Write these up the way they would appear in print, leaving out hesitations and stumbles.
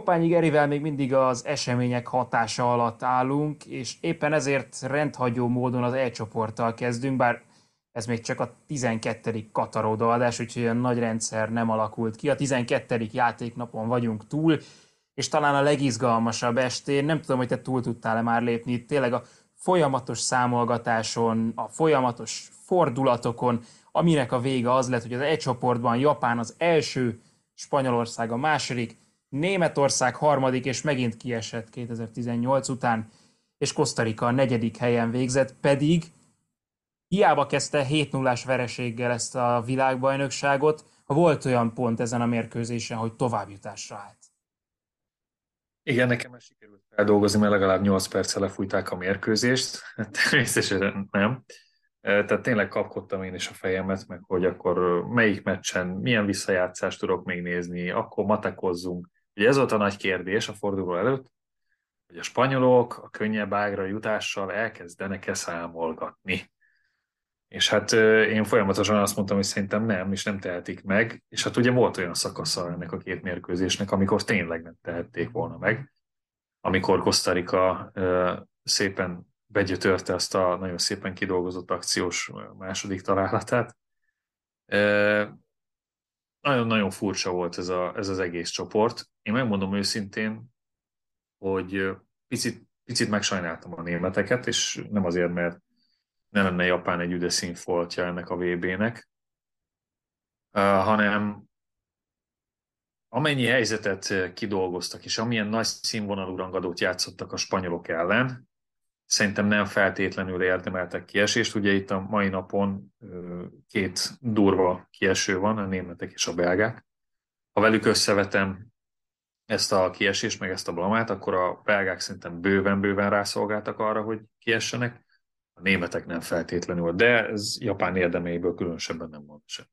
Koppányi Gerivel még mindig az események hatása alatt állunk, és éppen ezért rendhagyó módon az E-csoporttal kezdünk, bár ez még csak a 12. Katar odaadás, úgyhogy olyan nagy rendszer nem alakult ki. A 12. játéknapon vagyunk túl, és talán a legizgalmasabb estén, nem tudom, hogy te túl tudtál-e már lépni, itt tényleg a folyamatos számolgatáson, a folyamatos fordulatokon, aminek a vége az lett, hogy az E-csoportban Japán az első, Spanyolország a második, Németország harmadik, és megint kiesett 2018 után, és Costa Rica a negyedik helyen végzett, pedig hiába kezdte 7-0-ás vereséggel ezt a világbajnokságot, volt olyan pont ezen a mérkőzésen, hogy továbbjutásra állt. Igen, nekem már sikerült feldolgozni, mert legalább 8 perccel lefújták a mérkőzést. Természetesen nem. Tehát tényleg kapkodtam én is a fejemet, meg hogy akkor melyik meccsen, milyen visszajátszást tudok még nézni, akkor matekozzunk. Ugye ez volt a nagy kérdés a forduló előtt, hogy a spanyolok a könnyebb ágra jutással elkezdenek-e számolgatni. És hát én folyamatosan azt mondtam, hogy szerintem nem, és nem tehetik meg. És hát ugye volt olyan szakasza ennek a két mérkőzésnek, amikor tényleg nem tehették volna meg, amikor Costa Rica szépen begyötörte azt a nagyon szépen kidolgozott akciós második találatát. Nagyon-nagyon furcsa volt ez az egész csoport. Én megmondom őszintén, hogy picit megsajnáltam a németeket, és nem azért, mert ne lenne Japán egy üde színfoltja ennek a VB-nek, hanem amennyi helyzetet kidolgoztak, és amilyen nagy színvonalú rangadót játszottak a spanyolok ellen, szerintem nem feltétlenül érdemeltek kiesést. Ugye itt a mai napon két durva kieső van, a németek és a belgák. Ha velük összevetem ezt a kiesést, meg ezt a blamát, akkor a belgák szerintem bőven-bőven rászolgáltak arra, hogy kiessenek, a németek nem feltétlenül, de ez Japán érdemeiből különösebben nem mond sem.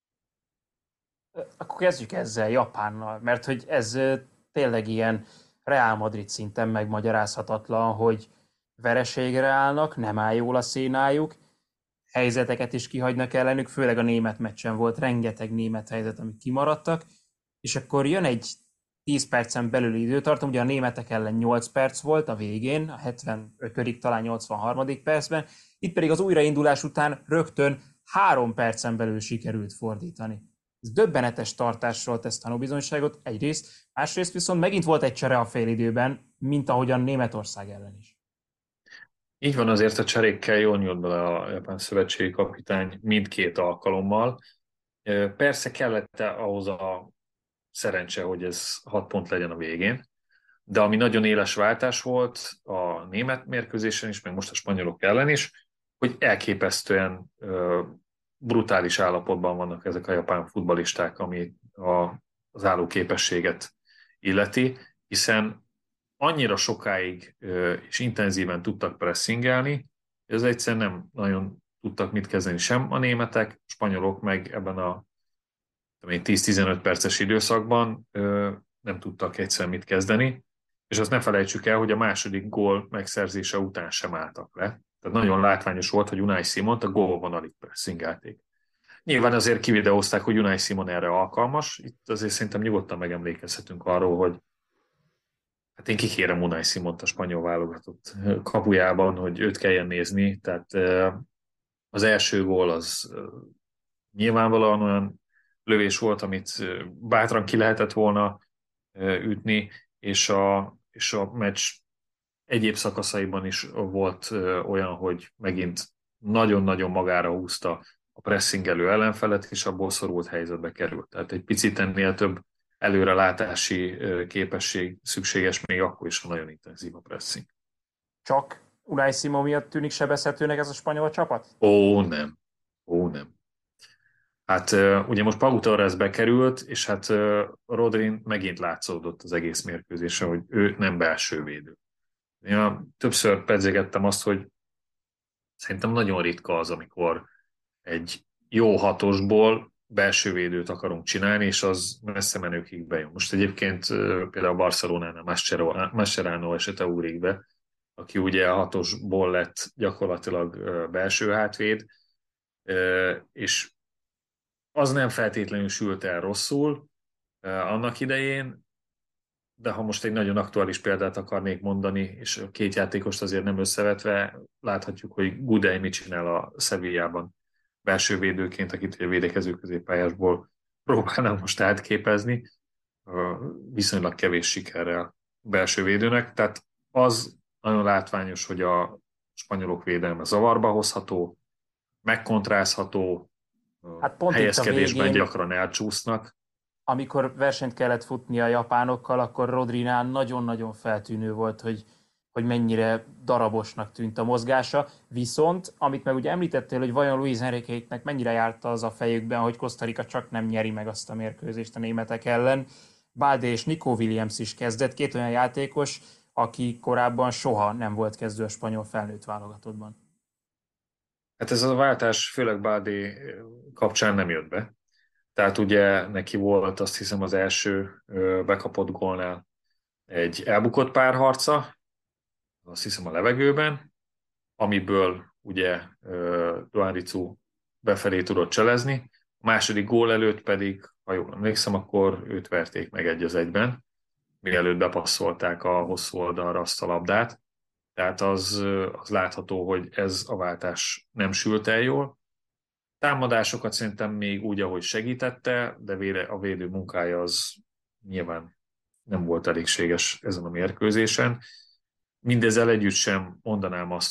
Akkor kezdjük ezzel, Japánnal, mert hogy ez tényleg ilyen Real Madrid szinten megmagyarázhatatlan, hogy vereségre állnak, nem áll jól a szénájuk, helyzeteket is kihagynak ellenük, főleg a német meccsen volt rengeteg német helyzet, amik kimaradtak, és akkor jön egy 10 percen belüli időtartam, ugye a németek ellen 8 perc volt a végén, a 75. talán 83. percben, itt pedig az újraindulás után rögtön 3 percen belül sikerült fordítani. Ez döbbenetes tartásról tesz tanúbizonyságot egyrészt, másrészt viszont megint volt egy csere a félidőben, mint ahogyan Németország ellen is. Így van, azért a cserékkel jól nyúlt bele a japán szövetségi kapitány mindkét alkalommal. Persze kellett ahhoz a szerencse, hogy ez 6 pont legyen a végén, de ami nagyon éles váltás volt a német mérkőzésen is, meg most a spanyolok ellen is, hogy elképesztően brutális állapotban vannak ezek a japán futballisták, ami az állóképességet illeti, hiszen annyira sokáig és intenzíven tudtak pressingelni, hogy ez egyszerűen nem nagyon tudtak mit kezdeni sem a németek, a spanyolok meg ebben a 10-15 perces időszakban nem tudtak egyszerűen mit kezdeni, és azt ne felejtsük el, hogy a második gól megszerzése után sem álltak le. Tehát nagyon látványos volt, hogy Unai Simont a gólvonalig pressingelték. Nyilván azért kivideózták, hogy Unai Simon erre alkalmas. Itt azért szerintem nyugodtan megemlékezhetünk arról, hogy hát én kikérem Unai Simont a spanyol válogatott kapujában, hogy őt kelljen nézni. Tehát az első gól az nyilvánvalóan olyan lövés volt, amit bátran ki lehetett volna ütni, és a meccs egyéb szakaszaiban is volt olyan, hogy megint nagyon-nagyon magára húzta a pressingelő ellenfelet, és abból szorult helyzetbe került. Tehát egy picit ennél több előrelátási képesség szükséges még akkor is, ha nagyon intenzív a pressing. Csak Unai Simon miatt tűnik sebezhetőnek ez a spanyol csapat? Ó, nem. Ó, nem. Hát ugye most Pau Torres bekerült, és hát Rodrin megint látszódott az egész mérkőzésen, hogy ő nem belső védő. Én többször pedzegettem azt, hogy szerintem nagyon ritka az, amikor egy jó hatosból belső védőt akarunk csinálni, és az messze menőkig bejön. Most egyébként például a Barcelonánál Mascherano esete ugrik be, aki ugye a hatosból lett gyakorlatilag belső hátvéd, és az nem feltétlenül sült el rosszul annak idején, de ha most egy nagyon aktuális példát akarnék mondani, és a két játékost azért nem összevetve, láthatjuk, hogy Gudej mit csinál a Sevillában belső védőként, akit a védekező középpályásból próbálnak most átképezni, viszonylag kevés sikerrel belső védőnek. Tehát az nagyon látványos, hogy a spanyolok védelme zavarba hozható, megkontrázható, Hát pont itt a helyezkedésben végén, gyakran elcsúsznak. amikor versenyt kellett futni a japánokkal, akkor Rodrinál nagyon-nagyon feltűnő volt, hogy mennyire darabosnak tűnt a mozgása. Viszont, amit meg ugye említettél, hogy vajon Luis Enriquéknek mennyire járta az a fejükben, hogy Costa Rica csak nem nyeri meg azt a mérkőzést a németek ellen. Balde és Nico Williams is kezdett, két olyan játékos, aki korábban soha nem volt kezdő a spanyol felnőtt válogatottban. Hát ez a váltás főleg Bádé kapcsán nem jött be. Tehát ugye neki volt, azt hiszem, az első bekapott gólnál egy elbukott párharca, azt hiszem a levegőben, amiből ugye Duan Ricu befelé tudott cselezni. A második gól előtt pedig, ha jól emlékszem, akkor őt verték meg egy az egyben, mielőtt bepasszolták a hosszú oldalra azt a labdát. Tehát az látható, hogy ez a váltás nem sült el jól. Támadásokat szerintem még úgy, ahogy segítette, de a védő munkája az nyilván nem volt elégséges ezen a mérkőzésen. Mindezzel együtt sem mondanám azt,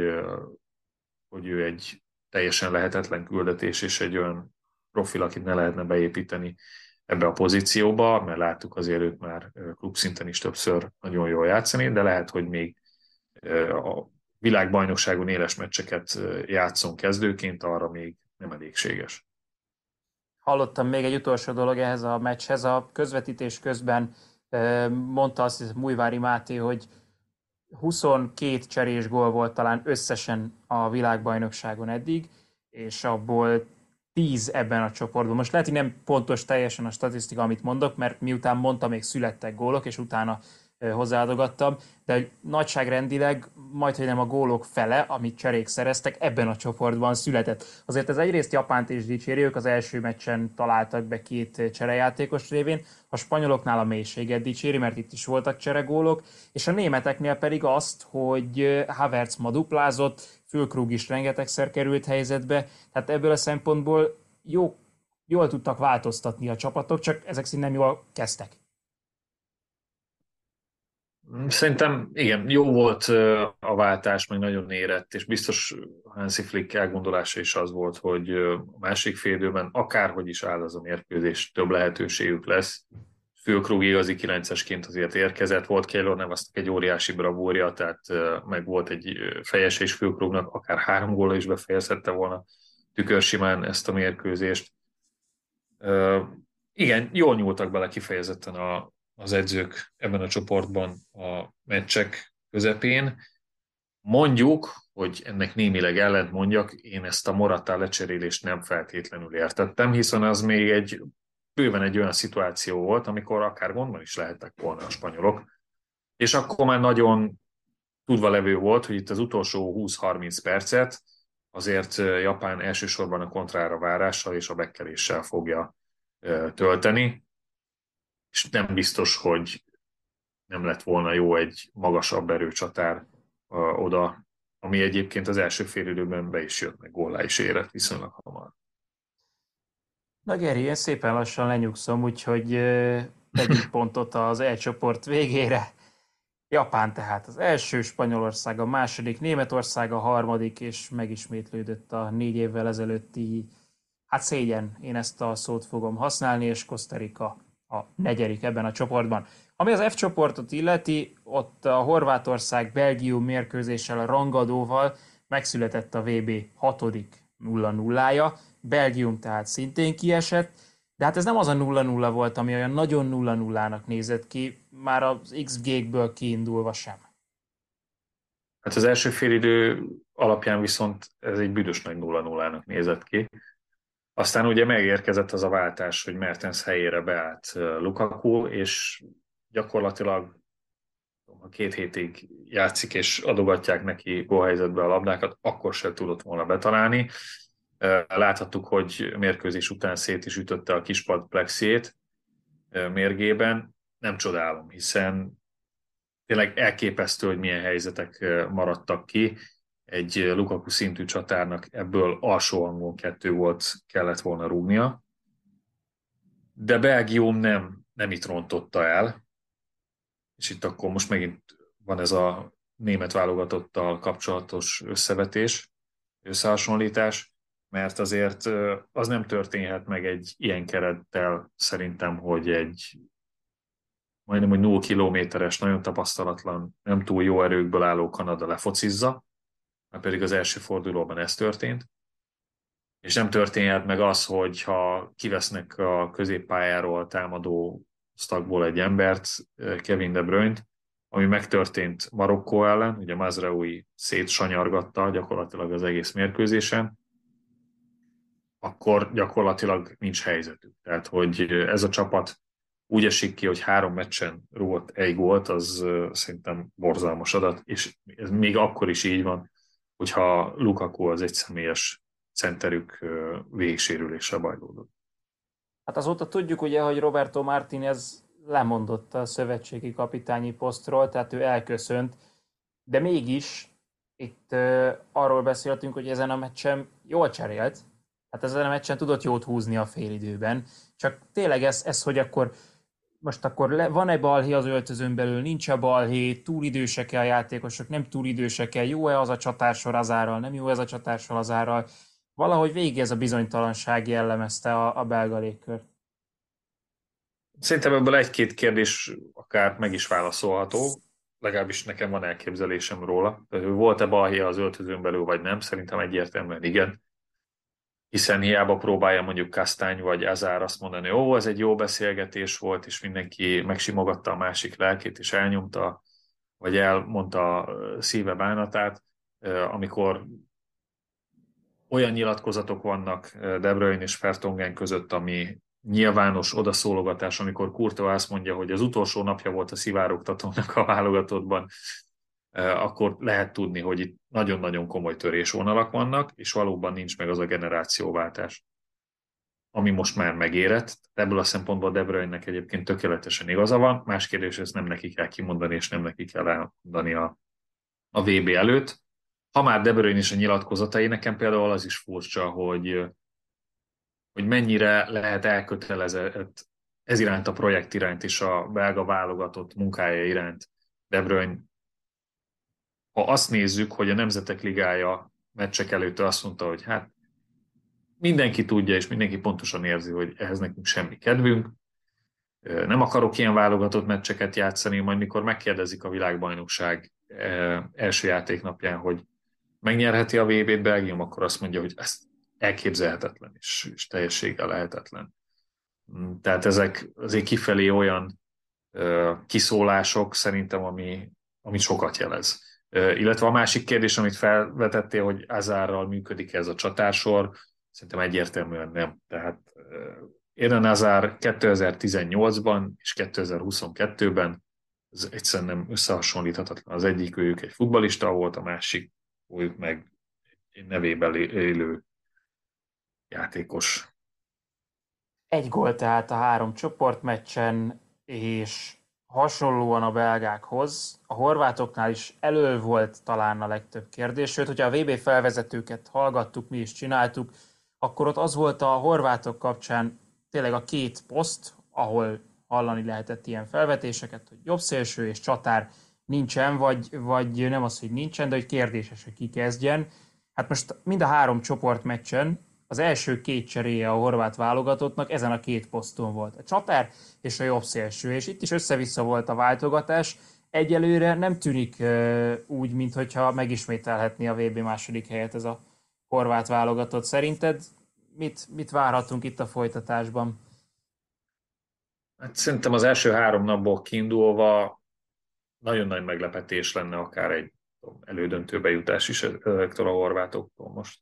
hogy ő egy teljesen lehetetlen küldetés, és egy olyan profil, akit ne lehetne beépíteni ebbe a pozícióba, mert láttuk azért őt már klubszinten is többször nagyon jól játszani, de lehet, hogy még a világbajnokságon éles meccseket játszon kezdőként, arra még nem elégséges. Hallottam még egy utolsó dolog ehhez a meccshez. A közvetítés közben mondta azt hiszem Újvári Máté, hogy 22 cserés gól volt talán összesen a világbajnokságon eddig, és abból 10 ebben a csoportban. Most lehet, hogy nem pontos teljesen a statisztika, amit mondok, mert miután mondta, még születtek gólok, és utána hozzáadogattam, de nagyságrendileg majdhogy nem a gólok fele, amit cserék szereztek, ebben a csoportban született. Azért ez egyrészt Japánt is dicséri, ők az első meccsen találtak be két cserejátékos révén, a spanyoloknál a mélységet dicséri, mert itt is voltak cserególok, és a németeknél pedig azt, hogy Havertz ma duplázott, Füllkrug is rengetegszer került helyzetbe, tehát ebből a szempontból jól tudtak változtatni a csapatok, csak ezek szerint nem jól kezdtek. Szerintem igen, jó volt a váltás, meg nagyon érett, és biztos Hansi Flick elgondolása is az volt, hogy a másik fél időben akárhogy is áll az a mérkőzés, több lehetőségük lesz. Füllkrug igazi 9-esként azért érkezett, volt Keylor Navasnak egy óriási bravúrja, tehát meg volt egy fejes és Füllkrugnak akár 3 góla is befejezhette volna tükörsimán ezt a mérkőzést. Igen, jól nyúltak bele kifejezetten az edzők ebben a csoportban a meccsek közepén. Mondjuk, hogy ennek némileg ellent mondjak, én ezt a Morata lecserélést nem feltétlenül értettem, hiszen az még bőven egy olyan szituáció volt, amikor akár gondban is lehettek volna a spanyolok, és akkor már nagyon tudva levő volt, hogy itt az utolsó 20-30 percet azért Japán elsősorban a kontrára várással és a bekkeléssel fogja tölteni, és nem biztos, hogy nem lett volna jó egy magasabb erőcsatár oda, ami egyébként az első félidőben be is jött, meg góllá is érett viszonylag hamar. Na Geri, én szépen lassan lenyugszom, úgyhogy tegyünk pontot az E csoport végére. Japán tehát az első, Spanyolország a második, Németország a harmadik, és megismétlődött a 4 évvel ezelőtti, hát szégyen, én ezt a szót fogom használni, és Costa Rica a negyedik ebben a csoportban. Ami az F csoportot illeti, ott a Horvátország-Belgium mérkőzéssel, a rangadóval megszületett a VB hatodik 0-0-ja, Belgium tehát szintén kiesett, de hát ez nem az a 0-0 volt, ami olyan nagyon 0-0-nak nézett ki, már az XG-kből kiindulva sem. Hát az első félidő alapján viszont ez egy büdös nagy 0-0-nak nézett ki. Aztán ugye megérkezett az a váltás, hogy Mertens helyére beállt Lukaku, és gyakorlatilag ha 2 hétig játszik és adogatják neki gólhelyzetbe a labdákat, akkor se tudott volna betalálni. Láthattuk, hogy mérkőzés után szét is ütötte a kispad plexiét mérgében. nem csodálom, hiszen tényleg elképesztő, hogy milyen helyzetek maradtak ki. Egy Lukaku szintű csatárnak ebből alsó hangon 2 volt, kellett volna rúgnia, de Belgium nem itt rontotta el, és itt akkor most megint van ez a német válogatottal kapcsolatos összevetés, összehasonlítás, mert azért az nem történhet meg egy ilyen kerettel szerintem, hogy egy majdnem, hogy 0 kilométeres, nagyon tapasztalatlan, nem túl jó erőkből álló Kanada lefocizza, mert pedig az első fordulóban ez történt. És nem történhet meg az, hogy ha kivesznek a középpályáról támadó sztagból egy embert, Kevin De Bruyne-t, ami megtörtént Marokkó ellen, ugye Mazraoui szétsanyargatta gyakorlatilag az egész mérkőzésen, akkor gyakorlatilag nincs helyzetük. Tehát, hogy ez a csapat úgy esik ki, hogy 3 meccsen rúgott egy gólt, az szerintem borzalmas adat, és ez még akkor is így van, hogyha Lukaku az egyszemélyes centerük végsérüléssel bajlódott. Hát azóta tudjuk ugye, hogy Roberto Martínez lemondott a szövetségi kapitányi posztról, tehát ő elköszönt, de mégis itt arról beszéltünk, hogy ezen a meccsen jól cserélt, hát ezen a meccsen tudott jót húzni a félidőben, csak tényleg ez hogy akkor most akkor van-e balhé az öltözön belül, nincs-e balhé, túl idősek-e a játékosok, nem túl idősek-e, jó-e az a csatársor az árral, nem jó ez a csatársor az árral. Valahogy végig ez a bizonytalanság jellemezte a belga légkört. Szerintem ebből egy-két kérdés akár meg is válaszolható, legalábbis nekem van elképzelésem róla. Volt-e balhé az öltözőn belül, vagy nem? Szerintem egyértelműen igen. Hiszen hiába próbálja mondjuk Kastány vagy Azár azt mondani, ó, ez egy jó beszélgetés volt, és mindenki megsimogatta a másik lelkét, és elnyomta, vagy elmondta szíve bánatát, amikor olyan nyilatkozatok vannak De Bruyne és Vertonghen között, ami nyilvános odaszólogatás, amikor Courtois azt mondja, hogy az utolsó napja volt a szivárogtatónak a válogatottban, akkor lehet tudni, hogy itt nagyon-nagyon komoly törésvonalak vannak, és valóban nincs meg az a generációváltás, ami most már megérett. Ebből a szempontból De Bruyne-nek egyébként tökéletesen igaza van. Más kérdés, ezt nem neki kell kimondani, és nem neki kell elmondani a VB előtt. Ha már De Bruyne is a nyilatkozatai, nekem például az is furcsa, hogy mennyire lehet elkötelezett ez iránt a projekt iránt és a belga válogatott munkája iránt De Bruyne. Ha azt nézzük, hogy a Nemzetek Ligája meccsek előtt azt mondta, hogy hát mindenki tudja, és mindenki pontosan érzi, hogy ehhez nekünk semmi kedvünk, nem akarok ilyen válogatott meccseket játszani, majd mikor megkérdezik a világbajnokság első játéknapján, hogy megnyerheti a VB-t Belgium, akkor azt mondja, hogy ez elképzelhetetlen és teljességgel lehetetlen. Tehát ezek azért kifelé olyan kiszólások szerintem, ami sokat jelez. Illetve a másik kérdés, amit felvetettél, hogy Azárral működik ez a csatársor, szerintem egyértelműen nem. Tehát Eden Hazard 2018-ban és 2022-ben ez egyszerűen nem összehasonlíthatatlan. Az egyik őjük egy futbalista volt, a másik őjük meg egy nevében élő játékos. Egy gól tehát a 3 csoportmeccsen, és hasonlóan a belgákhoz, a horvátoknál is elő volt talán a legtöbb kérdés, sőt, hogyha a VB felvezetőket hallgattuk, mi is csináltuk, akkor ott az volt a horvátok kapcsán tényleg a 2 poszt, ahol hallani lehetett ilyen felvetéseket, hogy jobbszélső és csatár nincsen, vagy nem az, hogy nincsen, de hogy kérdéses, hogy ki kezdjen. Hát most mind a 3 csoportmeccsen az első 2 cseréje a horvát válogatottnak ezen a 2 poszton volt. A csatár és a jobb szélső, és itt is össze-vissza volt a váltogatás. Egyelőre nem tűnik úgy, mintha megismételhetné a VB második helyet ez a horvát válogatott. Szerinted mit várhatunk itt a folytatásban? Hát szerintem az első 3 napból kiindulva nagyon nagy meglepetés lenne akár egy elődöntőbe jutás is ezektől a horvátoktól most.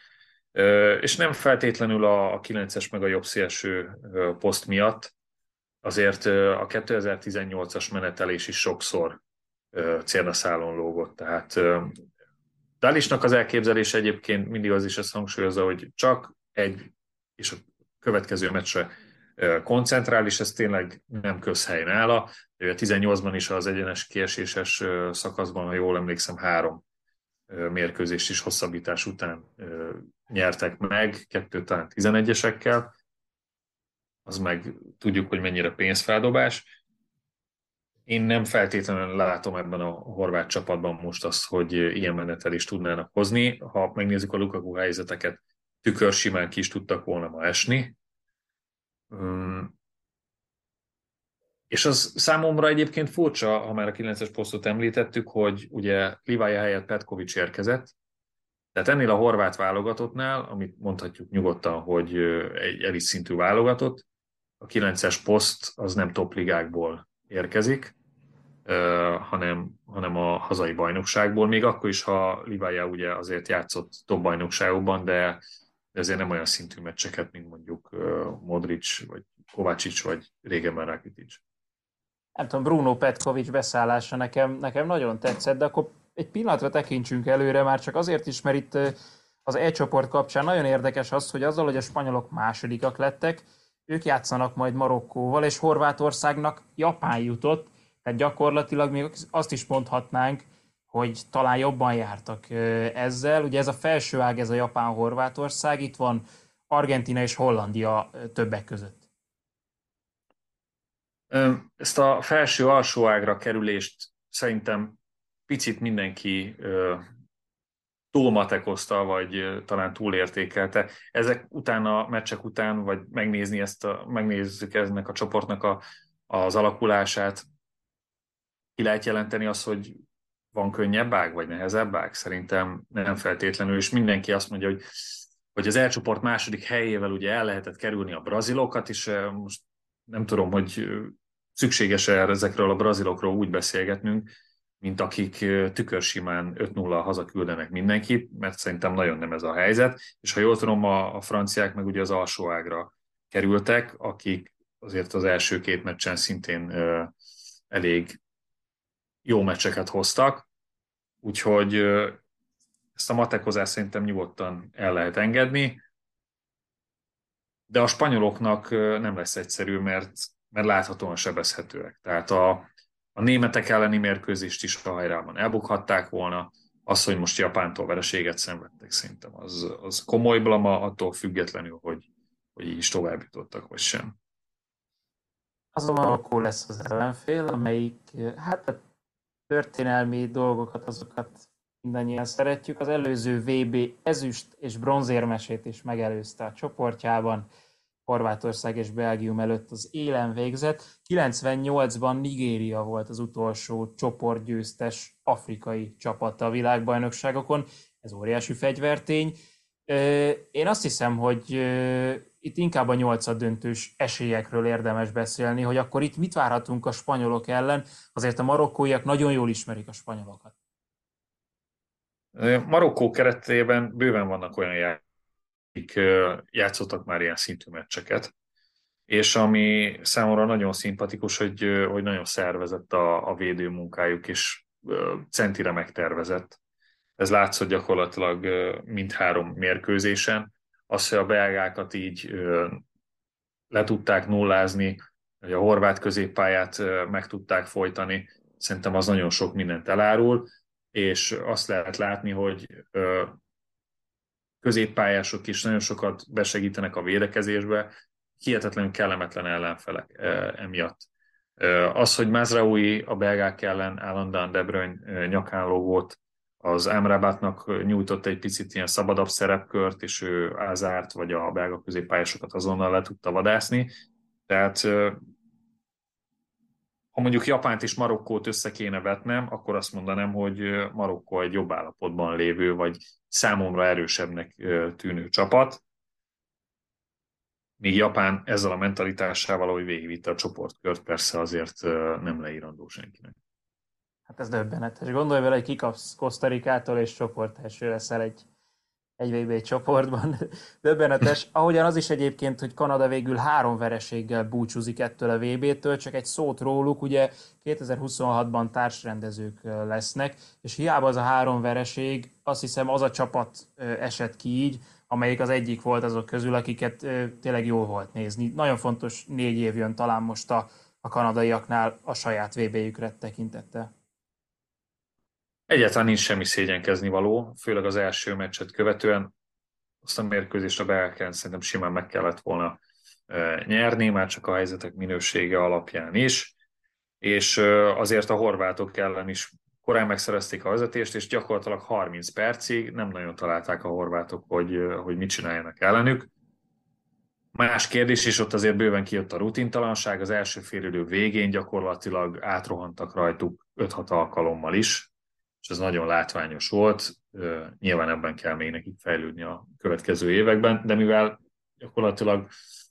És nem feltétlenül a 9-es meg a jobb szélső poszt miatt, azért a 2018-as menetelés is sokszor célnaszálon lógott. Tehát Dalisnak az elképzelés egyébként mindig az is ezt hangsúlyozza, hogy csak egy és a következő meccsre koncentrál, és ez tényleg nem közhely nála. Ő a 18-ban is az egyenes kieséses szakaszban, ha jól emlékszem, 3 mérkőzést is hosszabbítás után nyertek meg, 2 talán 11-esekkel, az meg tudjuk, hogy mennyire pénzfeldobás. Én nem feltétlenül látom ebben a horvát csapatban most azt, hogy ilyen menetelést tudnának hozni. Ha megnézzük a Lukaku helyzeteket, tükörsimán ki is tudtak volna ma esni. És az számomra egyébként furcsa, ha már a 9-es posztot említettük, hogy ugye Livaja helyett Petkovics érkezett, tehát ennél a horvát válogatottnál, amit mondhatjuk nyugodtan, hogy egy elit szintű válogatott, a 9-es poszt az nem topligákból érkezik, hanem a hazai bajnokságból, még akkor is, ha Livaja ugye azért játszott top bajnokságokban, de ezért nem olyan szintű meccseket, mint mondjuk Modric, vagy Kovácsics, vagy régebben Rakitic. Nem tudom, Bruno Petkovics beszállása nekem nagyon tetszett, de akkor egy pillanatra tekintsünk előre, már csak azért is, mert itt az E csoport kapcsán nagyon érdekes az, hogy azzal, hogy a spanyolok másodikak lettek, ők játszanak majd Marokkóval, és Horvátországnak Japán jutott, tehát gyakorlatilag még azt is mondhatnánk, hogy talán jobban jártak ezzel. Ugye ez a felső ág, ez a Japán-Horvátország, itt van Argentína és Hollandia többek között. Ezt a felső-alsó ágra kerülést szerintem picit mindenki túlmatekozta, vagy talán túlértékelte. Ezek után a meccsek után, vagy megnézzük ennek a csoportnak az alakulását, ki lehet jelenteni azt, hogy van könnyebb ág, vagy nehezebb ág? Szerintem nem feltétlenül, és mindenki azt mondja, hogy az elcsoport második helyével ugye el lehetett kerülni a brazilokat, és most nem tudom, hogy szükséges-e ezekről a brazilokról úgy beszélgetnünk, mint akik tükörsimán 5-0 hazaküldenek mindenkit, mert szerintem nagyon nem ez a helyzet, és ha jól tudom, a franciák meg ugye az alsó ágra kerültek, akik azért az első 2 meccsen szintén elég jó meccseket hoztak, úgyhogy ezt a matekozást szerintem nyugodtan el lehet engedni, de a spanyoloknak nem lesz egyszerű, mert láthatóan sebezhetőek. Tehát a németek elleni mérkőzést is a hajrában elbukhatták volna, az, hogy most Japántól vereséget szenvedtek, szerintem az komoly blama, attól függetlenül, hogy így is tovább jutottak, vagy sem. Azonban akkor lesz az ellenfél, amelyik hát a történelmi dolgokat, azokat mindannyian szeretjük. Az előző VB ezüst és bronzérmesét is megelőzte a csoportjában. Horvátország és Belgium előtt az élen végzett. 98-ban Nigéria volt az utolsó csoportgyőztes afrikai csapata a világbajnokságokon. Ez óriási fegyvertény. Én azt hiszem, hogy itt inkább a nyolcaddöntős esélyekről érdemes beszélni, hogy akkor itt mit várhatunk a spanyolok ellen. Azért a marokkóiak nagyon jól ismerik a spanyolokat. Marokkó keretében bőven vannak olyan játékosok, akik játszottak már ilyen szintű meccseket, és ami számomra nagyon szimpatikus, hogy nagyon szervezett a védőmunkájuk, és centire megtervezett. Ez látszott gyakorlatilag mindhárom mérkőzésen. Az, hogy a belgákat így le tudták nullázni, hogy a horvát középpályát meg tudták folytani, szerintem az nagyon sok mindent elárul, és azt lehet látni, hogy középpályások is nagyon sokat besegítenek a védekezésbe, hihetetlenül kellemetlen ellenfelek emiatt. Az, hogy Mazraoui a belgák ellen állandóan De Bruyne nyakán lógott, az Amrabatnak nyújtott egy picit ilyen szabadabb szerepkört, és ő Ázárt vagy a belga középpályásokat azonnal le tudta vadászni. Tehát ha mondjuk Japánt és Marokkót össze kéne vetnem, akkor azt mondanám, hogy Marokkó egy jobb állapotban lévő, vagy számomra erősebbnek tűnő csapat, míg Japán ezzel a mentalitásával, hogy végigvitte a csoportkört, persze azért nem leírandó senkinek. Hát ez döbbenetes. Gondolj vele, hogy kikapsz Kosztarikától, és csoport első leszel egy VB csoportban. Döbbenetes. Ahogyan az is egyébként, hogy Kanada végül 3 vereséggel búcsúzik ettől a VB-től, csak egy szót róluk, ugye 2026-ban társrendezők lesznek, és hiába az a 3 vereség, azt hiszem az a csapat esett ki így, amelyik az egyik volt azok közül, akiket tényleg jó volt nézni. Nagyon fontos 4 év jön talán most a kanadaiaknál a saját VB-jükre tekintettel. Egyáltalán nincs semmi szégyenkezni való, főleg az első meccset követően. Azt a mérkőzést a belgeken szerintem simán meg kellett volna nyerni, már csak a helyzetek minősége alapján is, és azért a horvátok ellen is korán megszerezték a vezetést, és gyakorlatilag 30 percig nem nagyon találták a horvátok, hogy mit csináljanak ellenük. Más kérdés, és ott azért bőven kijött a rutintalanság, az első félidő végén gyakorlatilag átrohantak rajtuk 5-6 alkalommal is, és ez nagyon látványos volt. Nyilván ebben kell még nekik fejlődni a következő években, de mivel gyakorlatilag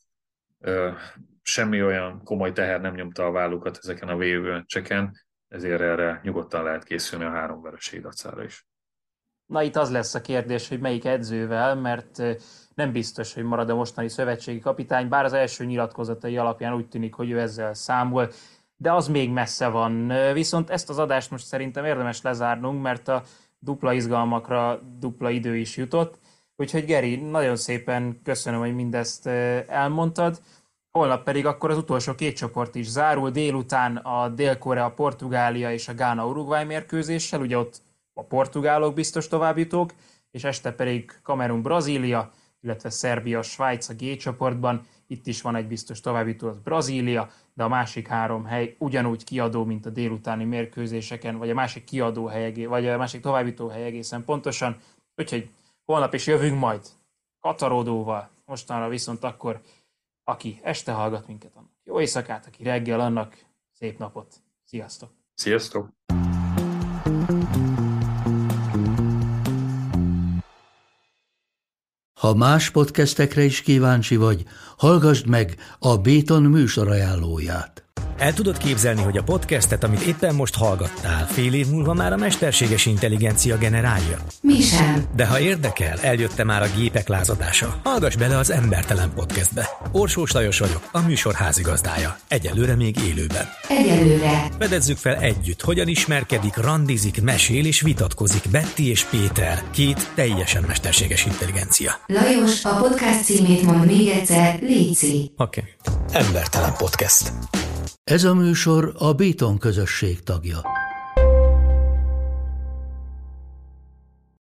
semmi olyan komoly teher nem nyomta a vállukat ezeken a VB-meccseken, ezért erre nyugodtan lehet készülni a 3 vereség dacára is. Na itt az lesz a kérdés, hogy melyik edzővel, mert nem biztos, hogy marad a mostani szövetségi kapitány, bár az első nyilatkozatai alapján úgy tűnik, hogy ő ezzel számol, de az még messze van. Viszont ezt az adást most szerintem érdemes lezárnunk, mert a dupla izgalmakra dupla idő is jutott. Úgyhogy Geri, nagyon szépen köszönöm, hogy mindezt elmondtad. Holnap pedig akkor az utolsó 2 csoport is zárul, délután a Dél-Korea, Portugália és a Gána-Uruguay mérkőzéssel, ugye ott a portugálok biztos továbbjutók, és este pedig Kamerun, Brazília, illetve Szerbia, Svájc a G csoportban. Itt is van egy biztos továbbjutó, az Brazília, de a másik 3 hely ugyanúgy kiadó, mint a délutáni mérkőzéseken, vagy a másik kiadó hely, vagy a másik továbbjutó hely egészen pontosan. Úgyhogy holnap is jövünk majd katarodóval. Mostanra viszont akkor, aki este hallgat minket, annak jó éjszakát, aki reggel, annak szép napot. Sziasztok! Sziasztok! Ha más podcastekre is kíváncsi vagy, hallgassd meg a Béton műsor ajánlóját. El tudod képzelni, hogy a podcastet, amit éppen most hallgattál, fél év múlva már a mesterséges intelligencia generálja? Mi sem. De ha érdekel, eljött már a gépek lázadása. Hallgass bele az Embertelen Podcastbe. Orsós Lajos vagyok, a műsor házigazdája. Egyelőre még élőben. Egyelőre. Fedezzük fel együtt, hogyan ismerkedik, randizik, mesél és vitatkozik Betty és Péter, 2 teljesen mesterséges intelligencia. Lajos, a podcast címét mond még egyszer, léci. Oké. Embertelen Podcast. Ez a műsor a Béton közösség tagja.